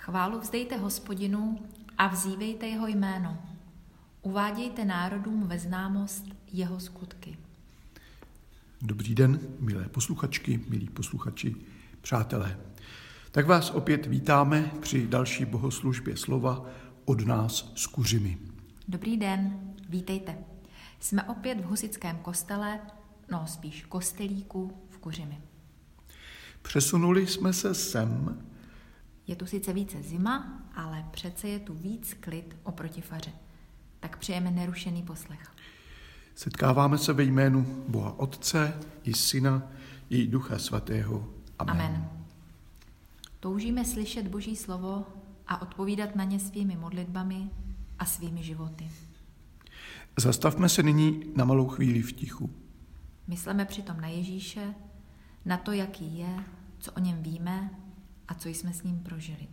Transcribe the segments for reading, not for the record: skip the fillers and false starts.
Chválu vzdejte Hospodinu a vzívejte jeho jméno. Uvádějte národům ve známost jeho skutky. Dobrý den, milé posluchačky, milí posluchači, přátelé. Tak vás opět vítáme při další bohoslužbě slova od nás z Kuřimy. Dobrý den, vítejte. Jsme opět v husitském kostele, spíš kostelíku v Kuřimi. Přesunuli jsme se sem. Je tu sice více zima, ale přece je tu víc klid oproti faře. Tak přejeme nerušený poslech. Setkáváme se ve jménu Boha Otce i Syna i Ducha Svatého. Amen. Amen. Toužíme slyšet Boží slovo a odpovídat na ně svými modlitbami a svými životy. Zastavme se nyní na malou chvíli v tichu. Myslíme přitom na Ježíše, na to, jaký je, co o něm víme a co jsme s ním prožili.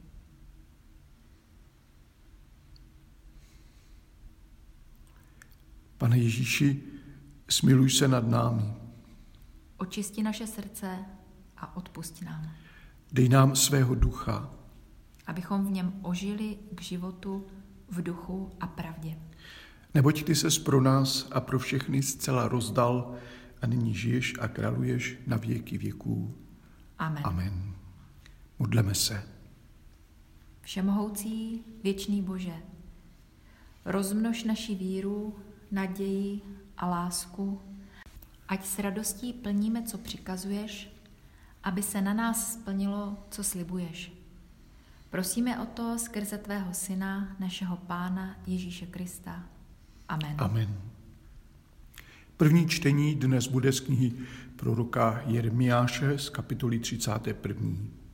Pane Ježíši, smiluj se nad námi. Očisti naše srdce a odpusť nám. Dej nám svého ducha, abychom v něm ožili k životu v duchu a pravdě. Neboť ty ses pro nás a pro všechny zcela rozdal a nyní žiješ a králuješ na věky věků. Amen. Amen. Modleme se. Všemohoucí, věčný Bože, rozmnož naši víru, naději a lásku, ať s radostí plníme, co přikazuješ, aby se na nás splnilo, co slibuješ. Prosíme o to skrze tvého Syna, našeho Pána Ježíše Krista. Amen. Amen. První čtení dnes bude z knihy proroka Jeremiáše z kapitoly 31.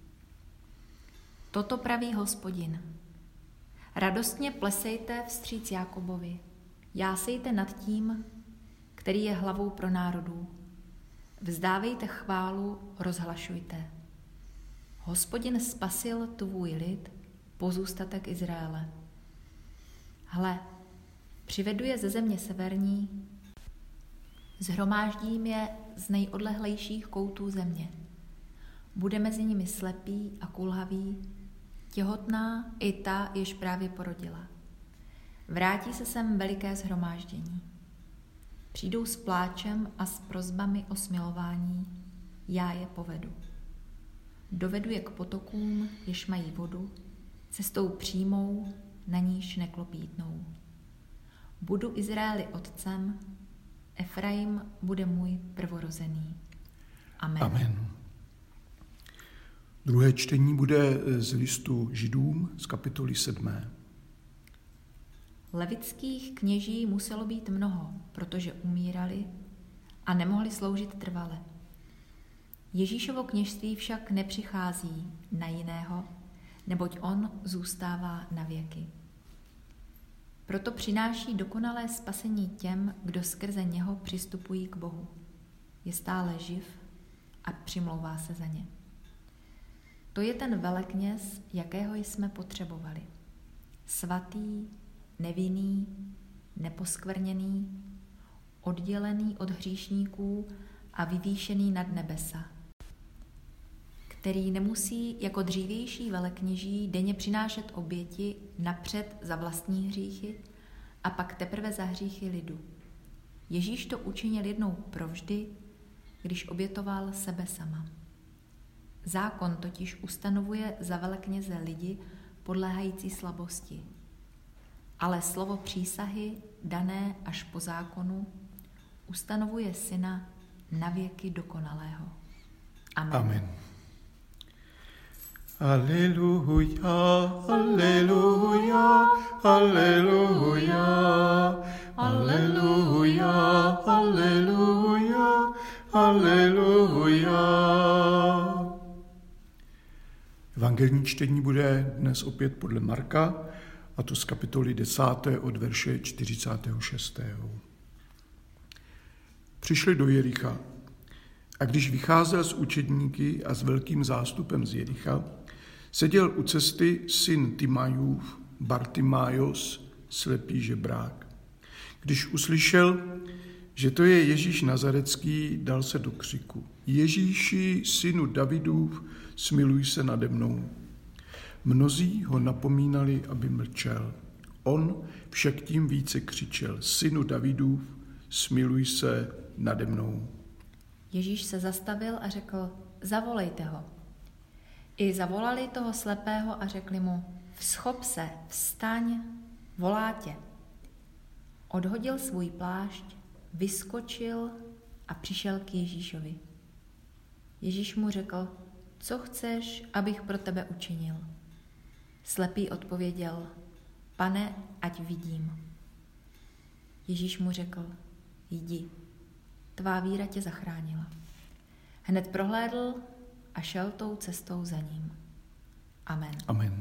Toto praví Hospodin. Radostně plesejte vstříc Jákobovi, jásejte nad tím, který je hlavou pro národů. Vzdávejte chválu, rozhlašujte. Hospodin spasil tvůj lid, pozůstatek Izraele. Hle, přivedu je ze země severní, shromáždím je z nejodlehlejších koutů země. Bude mezi nimi slepý a kulhavý, těhotná i ta, jež právě porodila. Vrátí se sem veliké shromáždění. Přijdou s pláčem a s prosbami o smilování, já je povedu. Dovedu je k potokům, jež mají vodu, cestou přímou, na níž neklopítnou. Budu Izraeli otcem, Efraim bude můj prvorozený. Amen. Amen. Druhé čtení bude z listu Židům z kapitoly 7. Levických kněží muselo být mnoho, protože umírali a nemohli sloužit trvale. Ježíšovo kněžství však nepřichází na jiného, neboť on zůstává na věky. Proto přináší dokonalé spasení těm, kdo skrze něho přistupují k Bohu. Je stále živ a přimlouvá se za ně. To je ten velekněz, jakého jsme potřebovali. Svatý, nevinný, neposkvrněný, oddělený od hříšníků a vyvýšený nad nebesa, který nemusí jako dřívější velekněží denně přinášet oběti napřed za vlastní hříchy a pak teprve za hříchy lidu. Ježíš to učinil jednou provždy, když obětoval sebe sama. Zákon totiž ustanovuje za velekněze lidi podléhající slabosti. Ale slovo přísahy, dané až po zákonu, ustanovuje Syna na věky dokonalého. Amen. Amen. Aleluja, aleluja, aleluja, aleluja, aleluja, aleluja. Evangelní čtení bude dnes opět podle Marka, a to z kapitoly 10. od verše 46. Přišli do Jericha a když vycházel s učedníky a s velkým zástupem z Jericha, seděl u cesty syn Timajův, Bartimájos, slepý žebrák. Když uslyšel, že to je Ježíš Nazarecký, dal se do křiku: Ježíši, synu Davidův, smiluj se nade mnou. Mnozí ho napomínali, aby mlčel. On však tím více křičel: Synu Davidův, smiluj se nade mnou. Ježíš se zastavil a řekl: Zavolejte ho. I zavolali toho slepého a řekli mu: Vzchop se, vstaň, volá tě. Odhodil svůj plášť, vyskočil a přišel k Ježíšovi. Ježíš mu řekl: Co chceš, abych pro tebe učinil? Slepý odpověděl: Pane, ať vidím. Ježíš mu řekl: Jdi, tvá víra tě zachránila. Hned prohlédl a šel tou cestou za ním. Amen. Amen.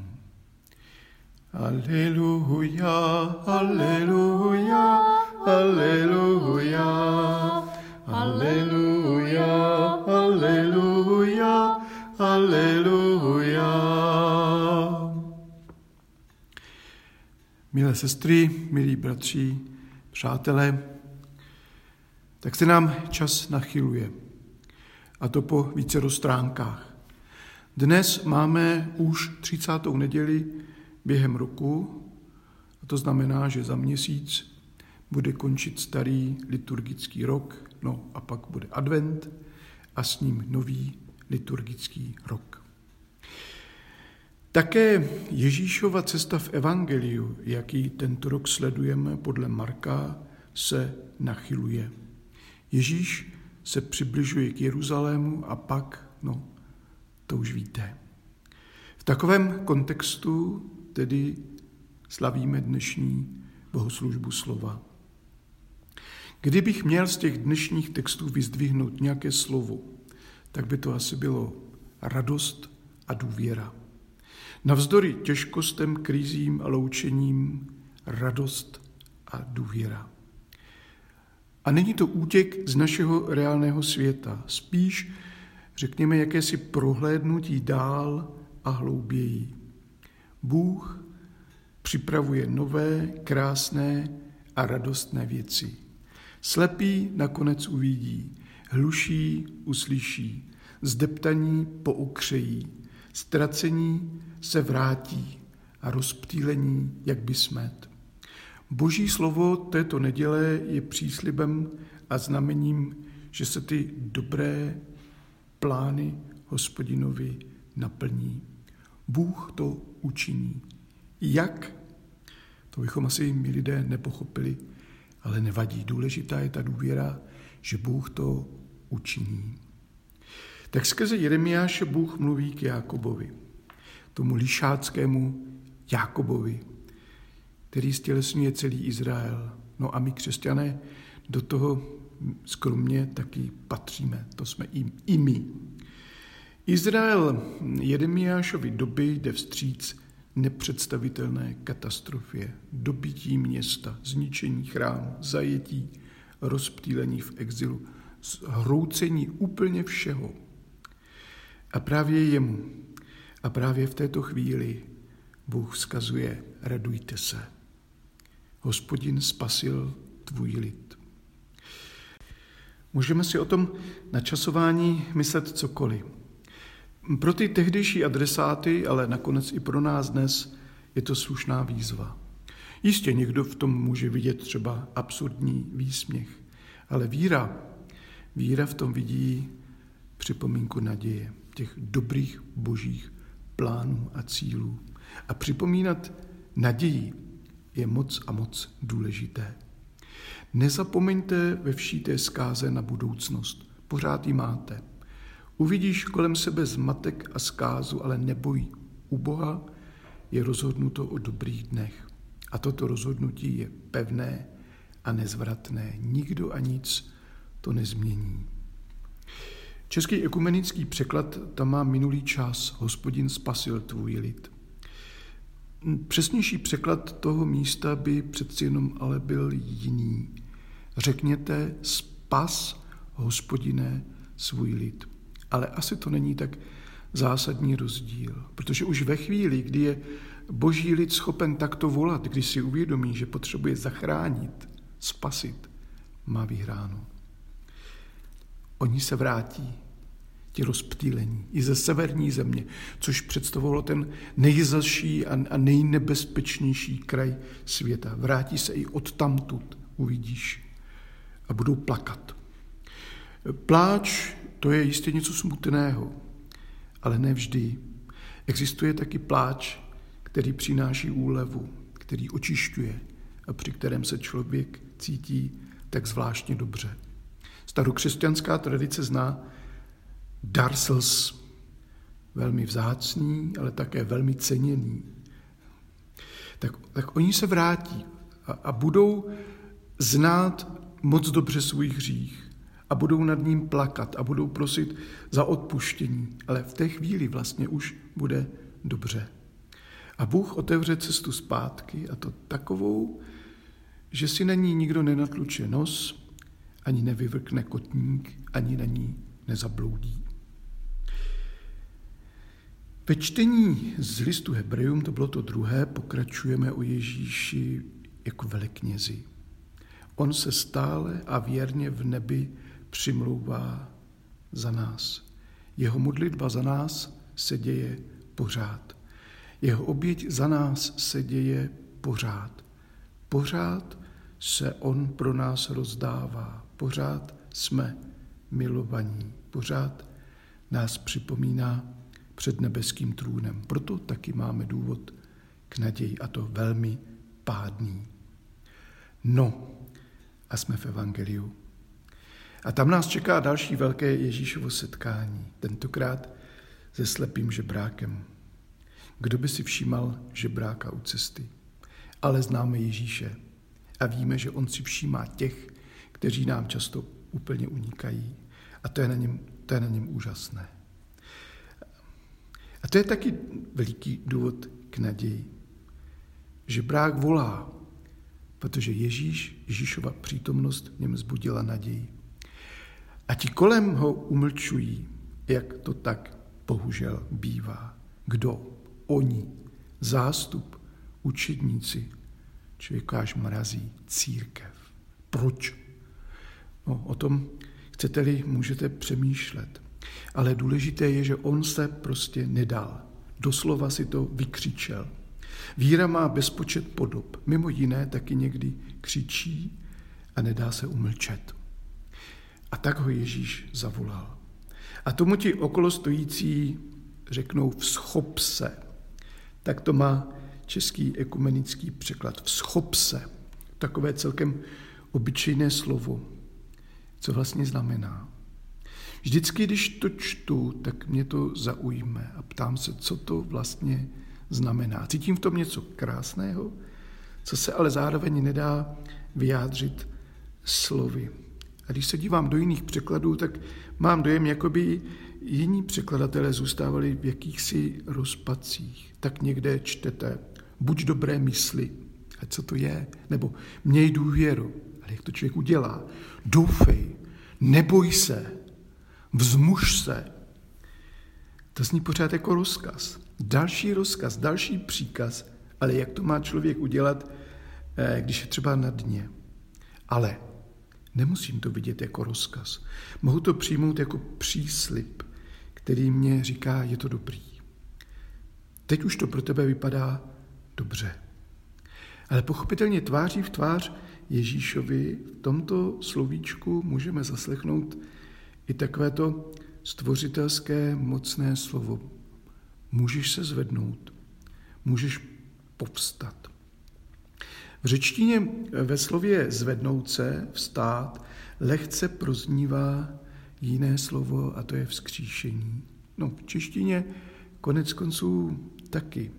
Aleluja, aleluja, aleluja, aleluja, aleluja, aleluja. Milé sestry, milí bratři, přátelé, tak se nám čas nachyluje, a to po vícero stránkách. Dnes máme už 30. neděli během roku, a to znamená, že za měsíc bude končit starý liturgický rok, no a pak bude advent a s ním nový liturgický rok. Také Ježíšova cesta v evangeliu, jaký tento rok sledujeme podle Marka, se nachyluje. Ježíš se přibližuje k Jeruzalému a pak, to už víte. V takovém kontextu tedy slavíme dnešní bohoslužbu slova. Kdybych měl z těch dnešních textů vyzdvihnout nějaké slovo, tak by to asi bylo radost a důvěra. Navzdory těžkostem, krizím a loučením, radost a důvěra. A není to útěk z našeho reálného světa, spíš, řekněme, jakési prohlédnutí dál a hlouběji. Bůh připravuje nové, krásné a radostné věci. Slepí nakonec uvidí, hluší uslyší, zdeptaní poukřejí, ztracení se vrátí a rozptýlení jak by smet. Boží slovo této neděle je příslibem a znamením, že se ty dobré plány Hospodinovi naplní. Bůh to učiní. Jak? To bychom asi my lidé nepochopili, ale nevadí. Důležitá je ta důvěra, že Bůh to učiní. Tak skrze Jeremiáše Bůh mluví k Jákobovi, tomu lišáckému Jákobovi, který stělesňuje celý Izrael. No a my, křesťané, do toho skromně taky patříme. To jsme i my. Izrael Jeremiášovy doby jde vstříc nepředstavitelné katastrofě, dobytí města, zničení chrámu, zajetí, rozptýlení v exilu, zhroucení úplně všeho. A právě jemu, a právě v této chvíli Bůh vzkazuje: radujte se. Hospodin spasil tvůj lid. Můžeme si o tom načasování myslet cokoliv. Pro ty tehdejší adresáty, ale nakonec i pro nás dnes, je to slušná výzva. Jistě někdo v tom může vidět třeba absurdní výsměch, ale víra v tom vidí připomínku naděje, těch dobrých božích plánů a cílů. A připomínat naději je moc a moc důležité. Nezapomeňte ve vší té zkáze na budoucnost. Pořád ji máte. Uvidíš kolem sebe zmatek a zkázu, ale neboj. U Boha je rozhodnuto o dobrých dnech. A toto rozhodnutí je pevné a nezvratné. Nikdo a nic to nezmění. Český ekumenický překlad tam má minulý čas: Hospodin spasil tvůj lid. Přesnější překlad toho místa by přeci jenom ale byl jiný. Řekněte: spas, Hospodine, svůj lid. Ale asi to není tak zásadní rozdíl, protože už ve chvíli, kdy je boží lid schopen takto volat, když si uvědomí, že potřebuje zachránit, spasit, má vyhráno. Oni se vrátí. ti rozptýlení, i ze severní země, což představovalo ten nejzazší a nejnebezpečnější kraj světa. Vrátí se i odtamtud, uvidíš, a budou plakat. Pláč, to je jistě něco smutného, ale ne vždy. Existuje taky pláč, který přináší úlevu, který očišťuje a při kterém se člověk cítí tak zvláštně dobře. Starokřesťanská tradice zná dar slz, velmi vzácný, ale také velmi ceněný. Tak oni se vrátí a budou znát moc dobře svůj hřích a budou nad ním plakat a budou prosit za odpuštění, ale v té chvíli vlastně už bude dobře. A Bůh otevře cestu zpátky, a to takovou, že si na ní nikdo nenatluče nos, ani nevyvrkne kotník, ani na ní nezabloudí. Ve čtení z listu Hebrejům, to bylo to druhé, pokračujeme o Ježíši jako veleknězi. On se stále a věrně v nebi přimlouvá za nás. Jeho modlitba za nás se děje pořád. Jeho oběť za nás se děje pořád. Pořád se on pro nás rozdává. Pořád jsme milovaní. Pořád nás připomíná před nebeským trůnem. Proto taky máme důvod k naději, a to velmi pádný. No, a jsme v evangeliu. A tam nás čeká další velké Ježíšovo setkání, tentokrát se slepým žebrákem. Kdo by si všímal žebráka u cesty? Ale známe Ježíše a víme, že on si všímá těch, kteří nám často úplně unikají. A to je na něm úžasné. A to je taky veliký důvod k naději. Žebrák volá, protože Ježíšova přítomnost v něm vzbudila naději. A ti kolem ho umlčují, jak to tak bohužel bývá. Kdo? Oni, zástup, učedníci, člověka až mrazí, církev. Proč? No, o tom, chcete-li, můžete přemýšlet. Ale důležité je, že on se prostě nedal. Doslova si to vykřičel. Víra má bezpočet podob. Mimo jiné taky někdy křičí a nedá se umlčet. A tak ho Ježíš zavolal. A tomu ti okolo stojící řeknou vzchop se. Tak to má český ekumenický překlad. Vzchop se. Takové celkem obyčejné slovo. Co vlastně znamená? Vždycky, když to čtu, tak mě to zaujme a ptám se, co to vlastně znamená. Cítím v tom něco krásného, co se ale zároveň nedá vyjádřit slovy. A když se dívám do jiných překladů, tak mám dojem, jako by jiní překladatelé zůstávali v jakýchsi rozpacích. Tak někde čtete, buď dobré mysli, a co to je, nebo měj důvěru, ale jak to člověk udělá, doufej, neboj se, vzmuž se. To zní pořád jako rozkaz. Další příkaz, ale jak to má člověk udělat, když je třeba na dně. Ale nemusím to vidět jako rozkaz. Mohu to přijmout jako příslib, který mě říká, je to dobrý. Teď už to pro tebe vypadá dobře. Ale pochopitelně tváří v tvář Ježíšovi v tomto slovíčku můžeme zaslechnout i takovéto stvořitelské mocné slovo. Můžeš se zvednout, můžeš povstat. V řečtině ve slově zvednout se, vstát, lehce proznívá jiné slovo, a to je vzkříšení. No, v češtině konec konců taky.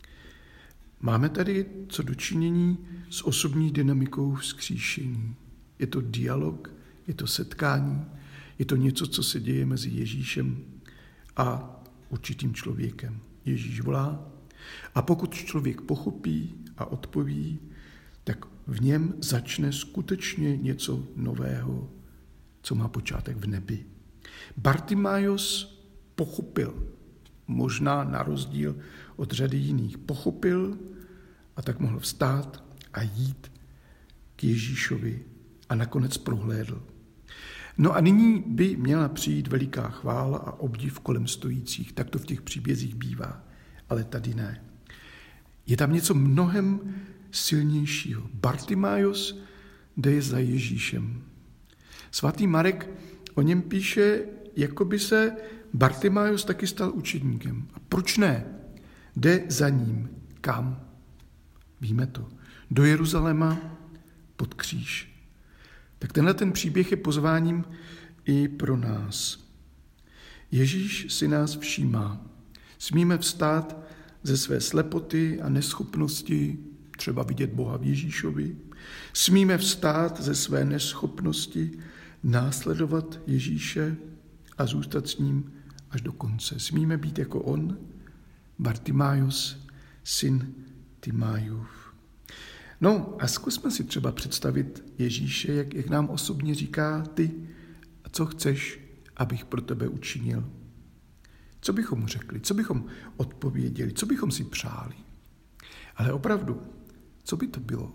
Máme tady co dočinění s osobní dynamikou vzkříšení. Je to dialog, je to setkání, je to něco, co se děje mezi Ježíšem a určitým člověkem. Ježíš volá a pokud člověk pochopí a odpoví, tak v něm začne skutečně něco nového, co má počátek v nebi. Bartimájos pochopil, možná na rozdíl od řady jiných, pochopil a tak mohl vstát a jít k Ježíšovi a nakonec prohlédl. No a nyní by měla přijít veliká chvála a obdiv kolem stojících. Tak to v těch příbězích bývá, ale tady ne. Je tam něco mnohem silnějšího. Bartimájos jde za Ježíšem. Svatý Marek o něm píše, jako by se Bartimájos taky stal učedníkem. A proč ne? Jde za ním. Kam? Víme to. Do Jeruzaléma, pod kříž. Tak tenhle ten příběh je pozváním i pro nás. Ježíš si nás všímá. Smíme vstát ze své slepoty a neschopnosti třeba vidět Boha v Ježíšovi. Smíme vstát ze své neschopnosti následovat Ježíše a zůstat s ním až do konce. Smíme být jako on, Bartimájos, syn Timájův. No a zkusme si třeba představit Ježíše, jak nám osobně říká: ty, co chceš, abych pro tebe učinil. Co bychom mu řekli, co bychom odpověděli, co bychom si přáli. Ale opravdu, co by to bylo?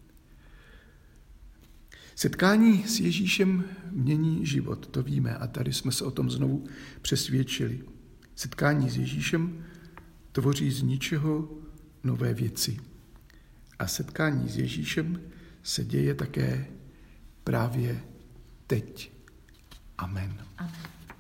Setkání s Ježíšem mění život, to víme a tady jsme se o tom znovu přesvědčili. Setkání s Ježíšem tvoří z ničeho nové věci. A setkání s Ježíšem se děje také právě teď. Amen. Amen.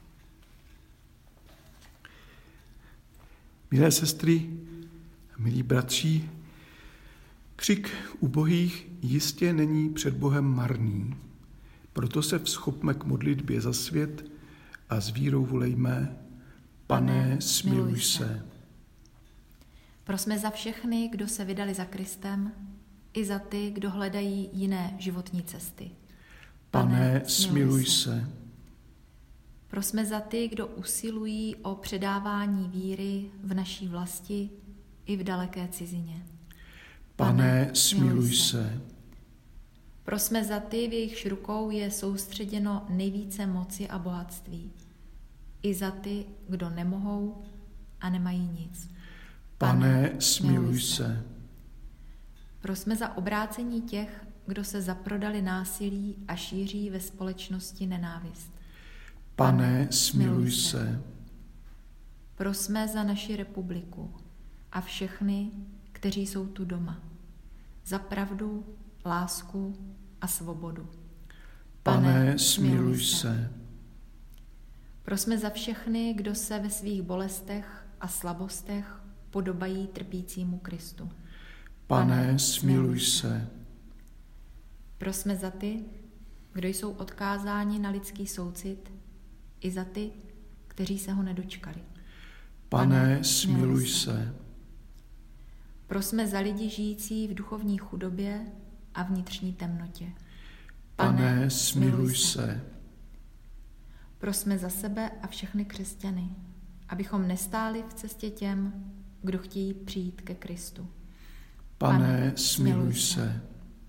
Milé sestry, milí bratři, křik ubohých jistě není před Bohem marný. Proto se vzchopme k modlitbě za svět a s vírou volejme: Pane, smiluj se. Prosme za všechny, kdo se vydali za Kristem, i za ty, kdo hledají jiné životní cesty. Pane, smiluj se. Prosme za ty, kdo usilují o předávání víry v naší vlasti i v daleké cizině. Pane, smiluj se. Prosme za ty, v jejichž rukou je soustředěno nejvíce moci a bohatství. I za ty, kdo nemohou a nemají nic. Pane, smiluj se. Prosme za obrácení těch, kdo se zaprodali násilí a šíří ve společnosti nenávist. Pane, smiluj se. Prosme za naši republiku a všechny, kteří jsou tu doma. Za pravdu, lásku a svobodu. Pane, smiluj se. Prosme za všechny, kdo se ve svých bolestech a slabostech podobají trpícímu Kristu. Pane, smiluj se. Prosme za ty, kdo jsou odkázáni na lidský soucit, i za ty, kteří se ho nedočkali. Pane, smiluj se. Prosme za lidi žijící v duchovní chudobě a vnitřní temnotě. Pane, smiluj se. Prosme za sebe a všechny křesťany, abychom nestáli v cestě těm, kdo chtějí přijít ke Kristu. Pane, smiluj se.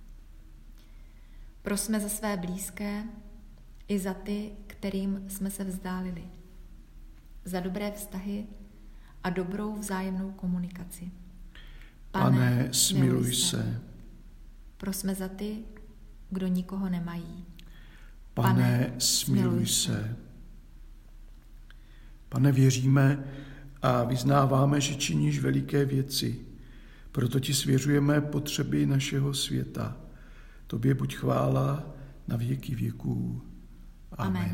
Prosme za své blízké i za ty, kterým jsme se vzdálili. Za dobré vztahy a dobrou vzájemnou komunikaci. Pane, smiluj se. Prosme za ty, kdo nikoho nemají. Pane, smiluj se. Pane, věříme a vyznáváme, že činíš veliké věci. Proto ti svěřujeme potřeby našeho světa. Tobě buď chvála na věky věků. Amen.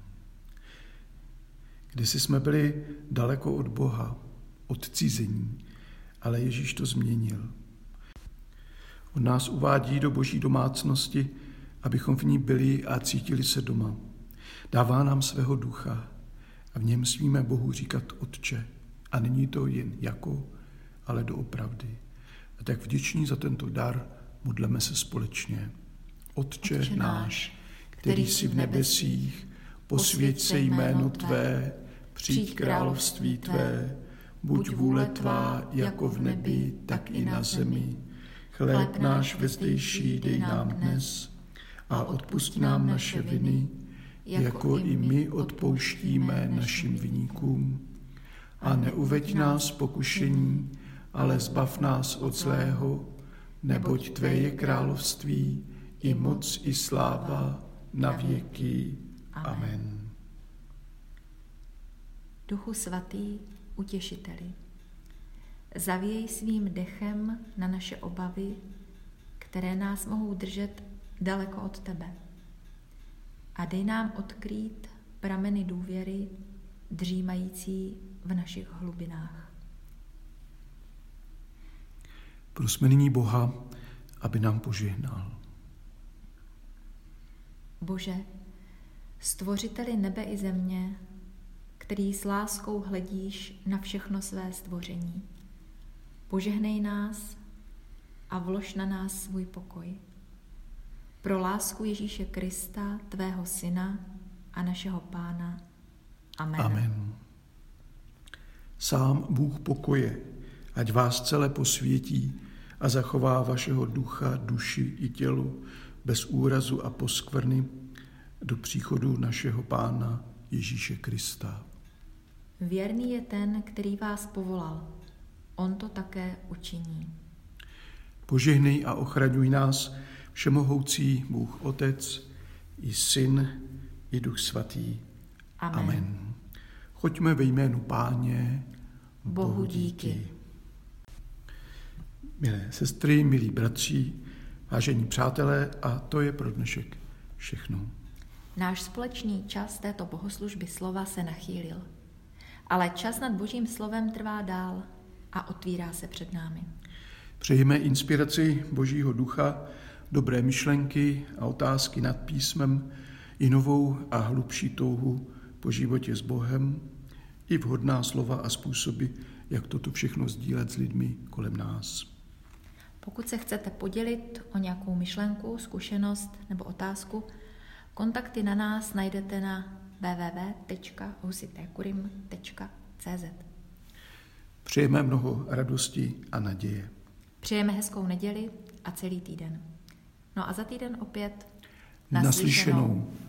Kdysi jsme byli daleko od Boha, odcizení, ale Ježíš to změnil. On nás uvádí do Boží domácnosti, abychom v ní byli a cítili se doma. Dává nám svého ducha a v něm smíme Bohu říkat Otče. A není to jen jako, ale doopravdy. A tak vděční za tento dar modleme se společně. Otče náš, který jsi v nebesích, posvěť se jméno tvé, přijď království tvé, buď vůle tvá jako v nebi, tak i na zemi. Chléb náš vezdejší dej nám dnes a odpusť nám naše viny, jako i my odpouštíme našim viníkům. A neuveď nás pokušení, ale zbav nás od zlého, neboť tvé je království, i moc, i sláva na věky. Amen. Duchu svatý, utěšiteli, zavěj svým dechem na naše obavy, které nás mohou držet daleko od tebe. A dej nám odkrýt prameny důvěry, dřímající v našich hlubinách. Prosme nyní Boha, aby nám požehnal. Bože, stvořiteli nebe i země, který s láskou hledíš na všechno své stvoření, požehnej nás a vlož na nás svůj pokoj. Pro lásku Ježíše Krista, tvého syna a našeho Pána. Amen. Amen. Sám Bůh pokoje, ať vás celé posvětí a zachová vašeho ducha, duši i tělu bez úrazu a poskvrny do příchodu našeho Pána Ježíše Krista. Věrný je ten, který vás povolal. On to také učiní. Požehnej a ochraňuj nás, všemohoucí Bůh Otec, i Syn, i Duch Svatý. Amen. Amen. Choďme ve jménu Páně, Bohu díky. Milé sestry, milí bratři, vážení přátelé, a to je pro dnešek všechno. Náš společný čas této bohoslužby slova se nachýlil. Ale čas nad Božím slovem trvá dál a otvírá se před námi. Přejeme inspiraci Božího ducha, dobré myšlenky a otázky nad písmem, i novou a hlubší touhu po životě s Bohem, i vhodná slova a způsoby, jak toto všechno sdílet s lidmi kolem nás. Pokud se chcete podělit o nějakou myšlenku, zkušenost nebo otázku, kontakty na nás najdete na www.husitekurim.cz. Přejeme mnoho radosti a naděje. Přejeme hezkou neděli a celý týden. No a za týden opět Naslyšenou.